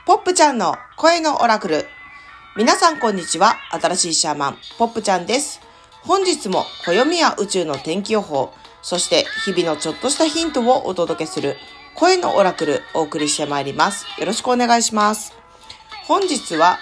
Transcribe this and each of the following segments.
ポップちゃんの声のオラクル。皆さんこんにちは。新しいシャーマン、ポップちゃんです。本日も暦や宇宙の天気予報、そして日々のちょっとしたヒントをお届けする声のオラクルお送りしてまいります。よろしくお願いします。本日は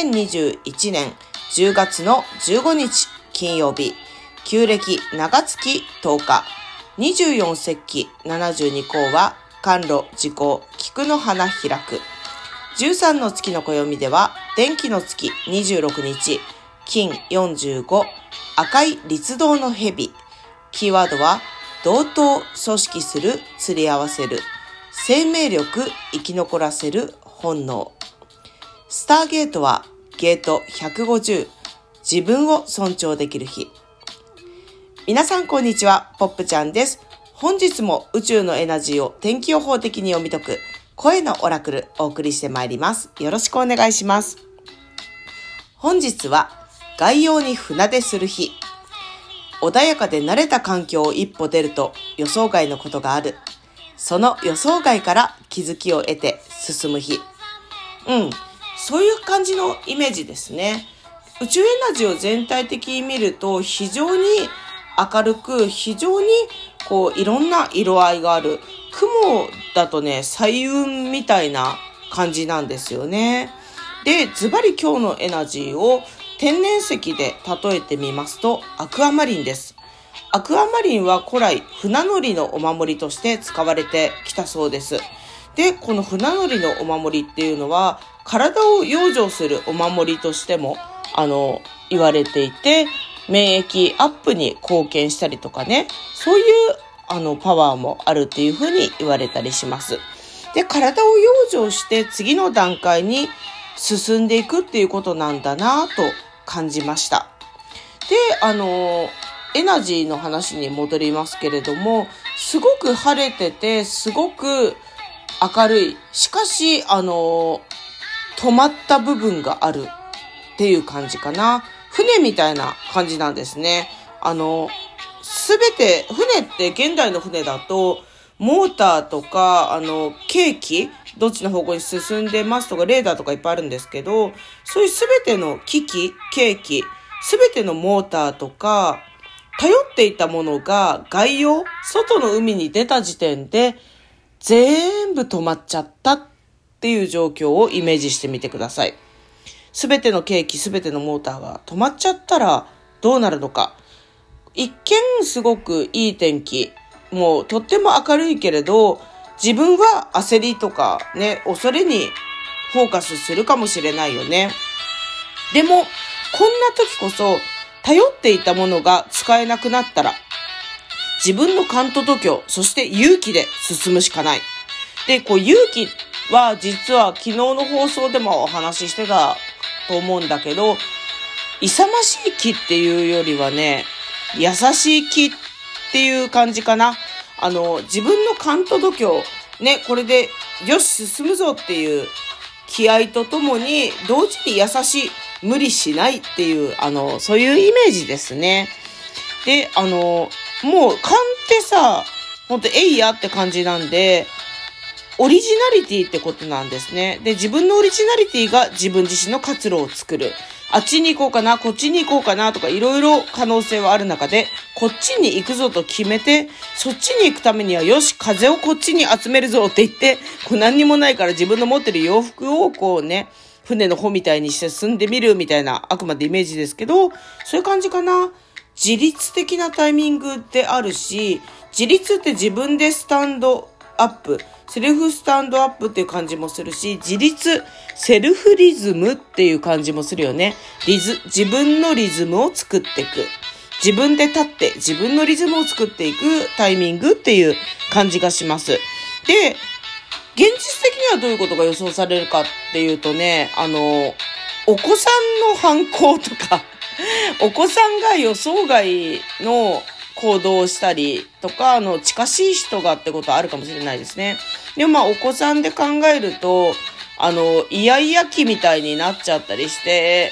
2021年10月の15日金曜日、旧暦長月10日、24節気72項は甘露、時効、菊の花開く。13の月の暦では、天気の月26日、金45、赤い立道の蛇。キーワードは、同等、組織する、釣り合わせる。生命力、生き残らせる、本能。スターゲートは、ゲート150、自分を尊重できる日。皆さんこんにちは、ポップちゃんです。本日も宇宙のエナジーを天気予報的に読み解く、声のオラクルお送りしてまいります。よろしくお願いします。本日は外洋に船出する日。穏やかで慣れた環境を一歩出ると予想外のことがある。その予想外から気づきを得て進む日。そういう感じのイメージですね。宇宙エナジーを全体的に見ると非常に明るく、非常にいろんな色合いがある。雲だとね、彩雲みたいな感じなんですよね。で、ズバリ今日のエナジーを天然石で例えてみますと、アクアマリンです。アクアマリンは古来船乗りのお守りとして使われてきたそうです。で、この船乗りのお守りっていうのは、体を養生するお守りとしても、言われていて、免疫アップに貢献したりとかね、そういうパワーもあるっていうふうに言われたりします。で、体を養生して次の段階に進んでいくっていうことなんだなと感じました。で、エナジーの話に戻りますけれども、すごく晴れてて、すごく明るい。しかし、止まった部分があるっていう感じかな。船みたいな感じなんですね。すべて、船って現代の船だと、モーターとか、計器、どっちの方向に進んでますとか、レーダーとかいっぱいあるんですけど、そういうすべての機器、計器、すべてのモーターとか、頼っていたものが外洋、外の海に出た時点で、全部止まっちゃったっていう状況をイメージしてみてください。すべての計器、すべてのモーターが止まっちゃったらどうなるのか。一見すごくいい天気、もうとっても明るいけれど、自分は焦りとかね、恐れにフォーカスするかもしれないよね。でも、こんな時こそ、頼っていたものが使えなくなったら、自分の勘と度胸、そして勇気で進むしかない。で、勇気は実は昨日の放送でもお話ししてたと思うんだけど、勇ましい気っていうよりはね、優しい気っていう感じかな。自分の勘と度胸、ね、これで、よし、進むぞっていう気合とともに、同時に優しい、無理しないっていう、そういうイメージですね。で、もう、勘ってさ、ほんと、えいやって感じなんで、オリジナリティってことなんですね。で、自分のオリジナリティが自分自身の活路を作る。あっちに行こうかな、こっちに行こうかなとかいろいろ可能性はある中で、こっちに行くぞと決めて、そっちに行くためにはよし、風をこっちに集めるぞって言って、何にもないから自分の持ってる洋服を船の帆みたいにして進んでみるみたいなあくまでイメージですけど、そういう感じかな。自律的なタイミングであるし、自立って自分でスタンドアップ、セルフスタンドアップっていう感じもするし、自立、セルフリズムっていう感じもするよね。自分のリズムを作っていく。自分で立って自分のリズムを作っていくタイミングっていう感じがします。で、現実的にはどういうことが予想されるかっていうとね、お子さんの反抗とか、お子さんが予想外の行動をしたりとか、近しい人がってことはあるかもしれないですね。でもお子さんで考えると、イヤイヤ期みたいになっちゃったりして、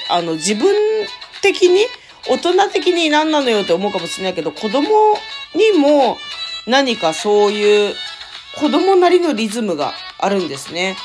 自分的に、大人的に何なのよって思うかもしれないけど、子供にも何かそういう子供なりのリズムがあるんですね。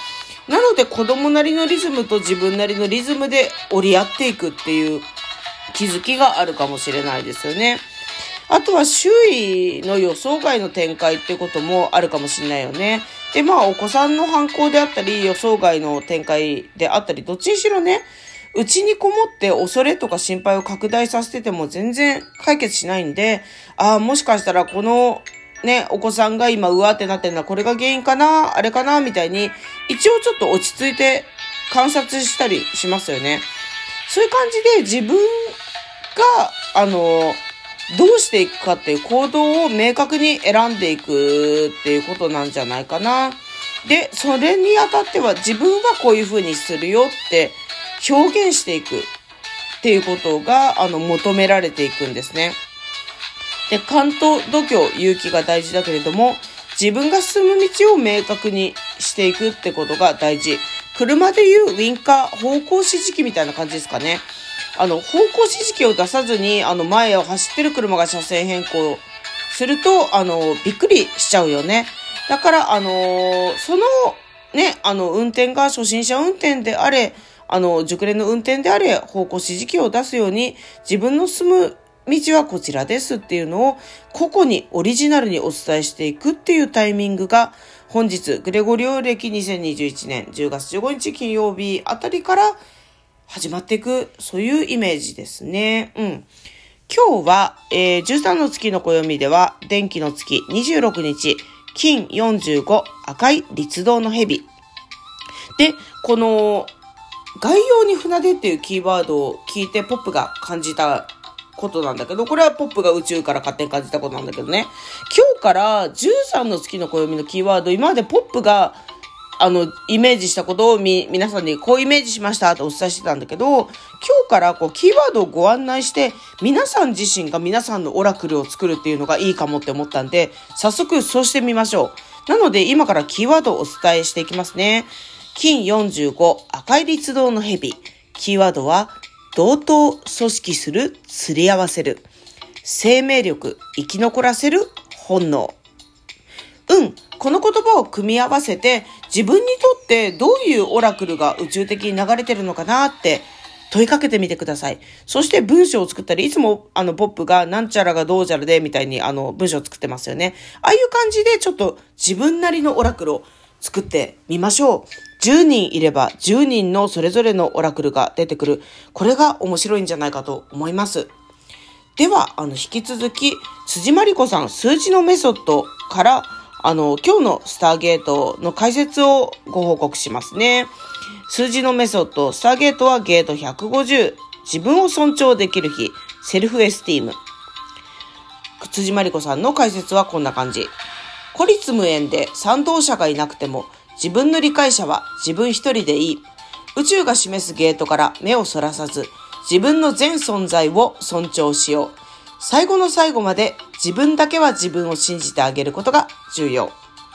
なので子供なりのリズムと自分なりのリズムで折り合っていくっていう気づきがあるかもしれないですよね。あとは周囲の予想外の展開っていうこともあるかもしれないよね。で、お子さんの反抗であったり、予想外の展開であったり、どっちにしろね、うちにこもって恐れとか心配を拡大させてても全然解決しないんで、もしかしたらこのね、お子さんが今うわってなってるのはこれが原因かな、あれかな、みたいに、一応ちょっと落ち着いて観察したりしますよね。そういう感じで自分が、どうしていくかっていう行動を明確に選んでいくっていうことなんじゃないかな。で、それにあたっては自分はこういう風にするよって表現していくっていうことが、求められていくんですね。で、勘と度胸、勇気が大事だけれども、自分が進む道を明確にしていくってことが大事。車でいうウィンカー、方向指示器みたいな感じですかね。方向指示器を出さずに、前を走ってる車が車線変更すると、びっくりしちゃうよね。だから、その、ね、運転が初心者運転であれ、熟練の運転であれ、方向指示器を出すように、自分の進む道はこちらですっていうのを、個々にオリジナルにお伝えしていくっていうタイミングが、本日、グレゴリオ暦2021年10月15日金曜日あたりから始まっていく、そういうイメージですね。今日は、13の月の暦では、電気の月26日、金45、赤い立道の蛇。で、この、概要に船出っていうキーワードを聞いてポップが感じたことなんだけど、これはポップが宇宙から勝手に感じたことなんだけどね。今日から13の月の暦のキーワード、今までポップがイメージしたことを皆さんにこうイメージしましたとお伝えしてたんだけど、今日からキーワードをご案内して、皆さん自身が皆さんのオラクルを作るっていうのがいいかもって思ったんで、早速そうしてみましょう。なので今からキーワードをお伝えしていきますね。金45、赤い立道の蛇。キーワードは、同等組織する、すり合わせる。生命力、生き残らせる、本能。この言葉を組み合わせて、自分にとってどういうオラクルが宇宙的に流れてるのかなって問いかけてみてください。そして文章を作ったり、いつもポップがなんちゃらがどうじゃらでみたいに文章を作ってますよね。ああいう感じでちょっと自分なりのオラクルを作ってみましょう。10人いれば10人のそれぞれのオラクルが出てくる。これが面白いんじゃないかと思います。では、引き続き、辻真理子さん数字のメソッドから、今日のスターゲートの解説をご報告しますね。数字のメソッド、スターゲートはゲート150。自分を尊重できる日、セルフエスティーム。辻真理子さんの解説はこんな感じ。孤立無縁で賛同者がいなくても、自分の理解者は自分一人でいい。宇宙が示すゲートから目をそらさず、自分の全存在を尊重しよう。最後の最後まで自分だけは自分を信じてあげることが重要。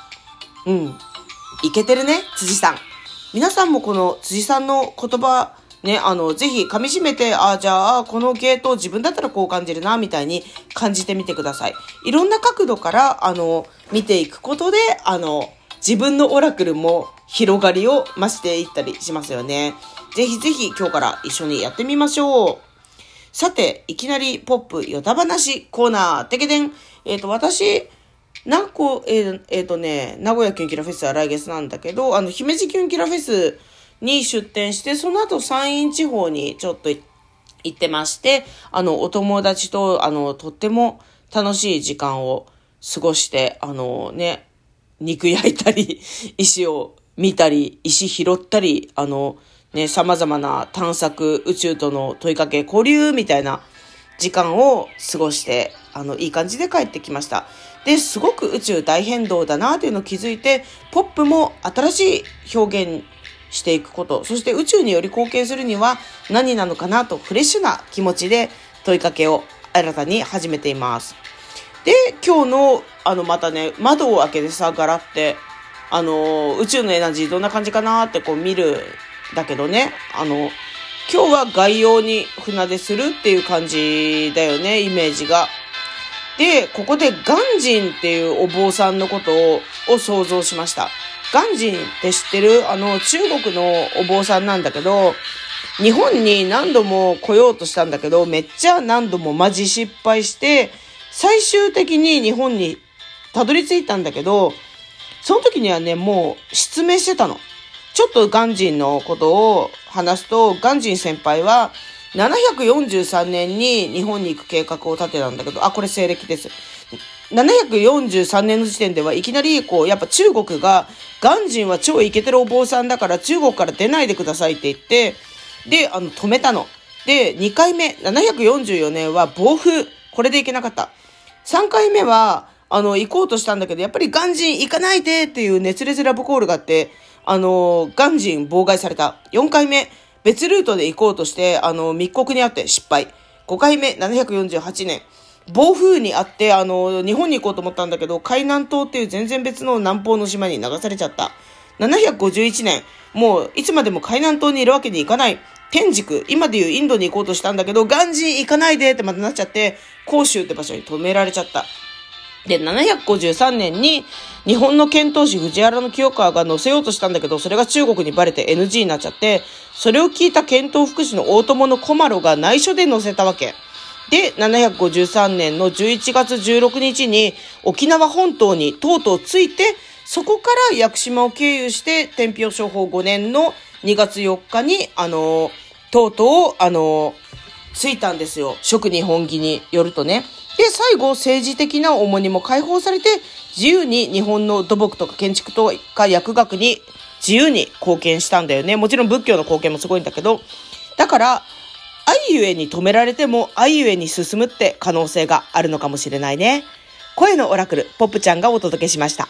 いけてるね、辻さん。皆さんもこの辻さんの言葉、ね、ぜひ噛み締めて、じゃあ、このゲート自分だったらこう感じるな、みたいに感じてみてください。いろんな角度から、見ていくことで、自分のオラクルも広がりを増していったりしますよね。ぜひぜひ今日から一緒にやってみましょう。さて、いきなりポップヨタ話コーナー、てけでん。私、名古屋キュンキラフェスは来月なんだけど、姫路キュンキラフェスに出店して、その後山陰地方にちょっと行ってまして、お友達と、とっても楽しい時間を過ごして、肉焼いたり、石を見たり、石拾ったり、様々な探索、宇宙との問いかけ、交流みたいな時間を過ごして、いい感じで帰ってきました。で、すごく宇宙大変動だなっていうのを気づいて、ポップも新しい表現していくこと、そして宇宙により貢献するには何なのかなとフレッシュな気持ちで問いかけを新たに始めています。で、今日の、またね、窓を開けてさ、ガラって、宇宙のエナジーどんな感じかなって見るだけどね、今日は概要に船出するっていう感じだよね、イメージが。で、ここで鑑真っていうお坊さんのことを想像しました。 鑑真って知ってる？中国のお坊さんなんだけど、日本に何度も来ようとしたんだけど、めっちゃ何度もマジ失敗して、最終的に日本にたどり着いたんだけど、その時にはね、もう失明してたの。ちょっと鑑真のことを話すと、鑑真先輩は743年に日本に行く計画を立てたんだけど、これ西暦です。743年の時点ではいきなりやっぱ中国が鑑真は超イケてるお坊さんだから中国から出ないでくださいって言って、で、止めたの。で、2回目、744年は暴風。これで行けなかった。3回目は、行こうとしたんだけど、やっぱり鑑真行かないでっていう熱烈ラブコールがあって、鑑真妨害された。4回目、別ルートで行こうとして、密告にあって失敗。5回目、748年。暴風にあって、日本に行こうと思ったんだけど、海南島っていう全然別の南方の島に流されちゃった。751年、もういつまでも海南島にいるわけにいかない。天竺、今でいうインドに行こうとしたんだけど、鑑真行かないでってまたなっちゃって、広州って場所に止められちゃった。で、753年に日本の遣唐使藤原清川が乗せようとしたんだけど、それが中国にバレて NG になっちゃって、それを聞いた遣唐副使の大友の小麻呂が内緒で乗せたわけ。で、753年の11月16日に沖縄本島にとうとう着いて、そこから屋久島を経由して天平商法5年の2月4日に、とうとう、着いたんですよ。蜀日本義によるとね。で、最後、政治的な重荷も解放されて、自由に日本の土木とか建築とか薬学に自由に貢献したんだよね。もちろん仏教の貢献もすごいんだけど、だから、愛ゆえに止められても愛ゆえに進むって可能性があるのかもしれないね。声のオラクル、ポップちゃんがお届けしました。